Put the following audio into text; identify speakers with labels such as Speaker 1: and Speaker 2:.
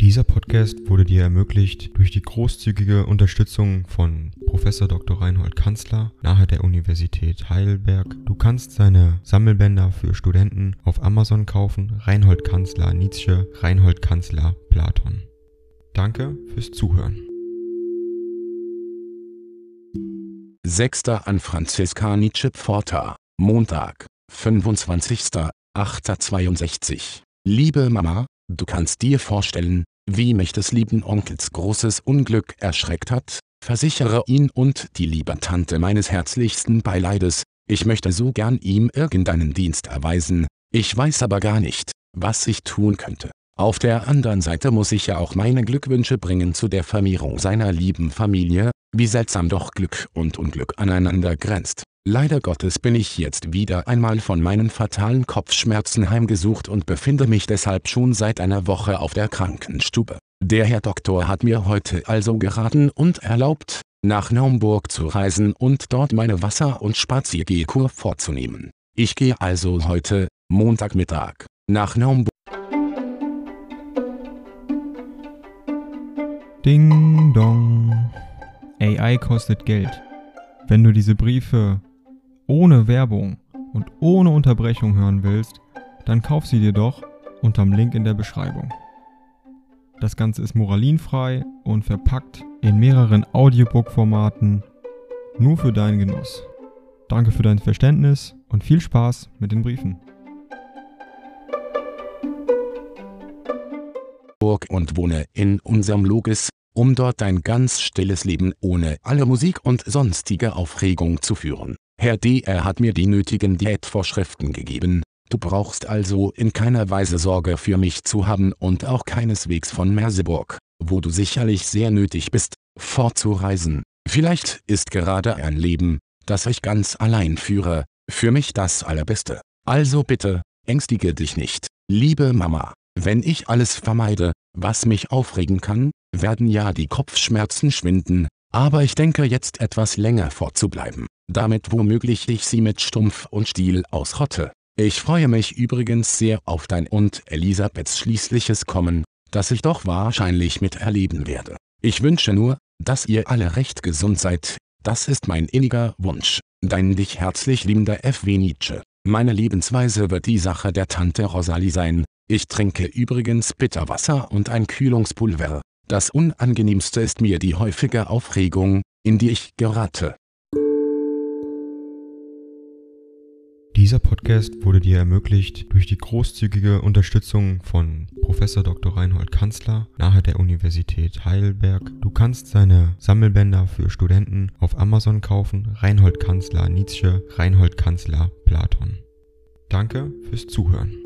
Speaker 1: Dieser Podcast wurde dir ermöglicht durch die großzügige Unterstützung von Prof. Dr. Reinhold Kanzler nahe der Universität Heidelberg. Du kannst seine Sammelbänder für Studenten auf Amazon kaufen. Reinhold Kanzler Nietzsche, Reinhold Kanzler Platon. Danke fürs Zuhören.
Speaker 2: 6. an Franziska Nietzsche Pforta, Montag, 25.08.62. Liebe Mama, du kannst dir vorstellen, wie mich des lieben Onkels großes Unglück erschreckt hat. Versichere ihn und die liebe Tante meines herzlichsten Beileides. Ich möchte so gern ihm irgendeinen Dienst erweisen, ich weiß aber gar nicht, was ich tun könnte. Auf der anderen Seite muss ich ja auch meine Glückwünsche bringen zu der Vermehrung seiner lieben Familie, wie seltsam doch Glück und Unglück aneinander grenzt. Leider Gottes bin ich jetzt wieder einmal von meinen fatalen Kopfschmerzen heimgesucht und befinde mich deshalb schon seit einer Woche auf der Krankenstube. Der Herr Doktor hat mir heute also geraten und erlaubt, nach Naumburg zu reisen und dort meine Wasser- und Spaziergehkur vorzunehmen. Ich gehe also heute, Montagmittag, nach Naumburg.
Speaker 1: Ding dong. AI kostet Geld. Wenn du diese Briefe ohne Werbung und ohne Unterbrechung hören willst, dann kauf sie dir doch unterm Link in der Beschreibung. Das Ganze ist moralinfrei und verpackt in mehreren Audiobook-Formaten nur für deinen Genuss. Danke für dein Verständnis und viel Spaß mit den Briefen.
Speaker 2: Und wohne in unserem Logis, um dort ein ganz stilles Leben ohne alle Musik und sonstige Aufregung zu führen. Herr DR hat mir die nötigen Diätvorschriften gegeben, du brauchst also in keiner Weise Sorge für mich zu haben und auch keineswegs von Merseburg, wo du sicherlich sehr nötig bist, fortzureisen. Vielleicht ist gerade ein Leben, das ich ganz allein führe, für mich das Allerbeste. Also bitte, ängstige dich nicht, liebe Mama. Wenn ich alles vermeide, was mich aufregen kann, werden ja die Kopfschmerzen schwinden, aber ich denke jetzt etwas länger fortzubleiben, damit womöglich ich sie mit Stumpf und Stiel ausrotte. Ich freue mich übrigens sehr auf dein und Elisabeths schließliches Kommen, das ich doch wahrscheinlich miterleben werde. Ich wünsche nur, dass ihr alle recht gesund seid, das ist mein inniger Wunsch. Dein dich herzlich liebender F.W. Nietzsche. Meine Lebensweise wird die Sache der Tante Rosalie sein. Ich trinke übrigens Bitterwasser und ein Kühlungspulver. Das Unangenehmste ist mir die häufige Aufregung, in die ich gerate.
Speaker 1: Dieser Podcast wurde dir ermöglicht durch die großzügige Unterstützung von Prof. Dr. Reinhold Kanzler nahe der Universität Heidelberg. Du kannst seine Sammelbänder für Studenten auf Amazon kaufen. Reinhold Kanzler Nietzsche, Reinhold Kanzler Platon. Danke fürs Zuhören.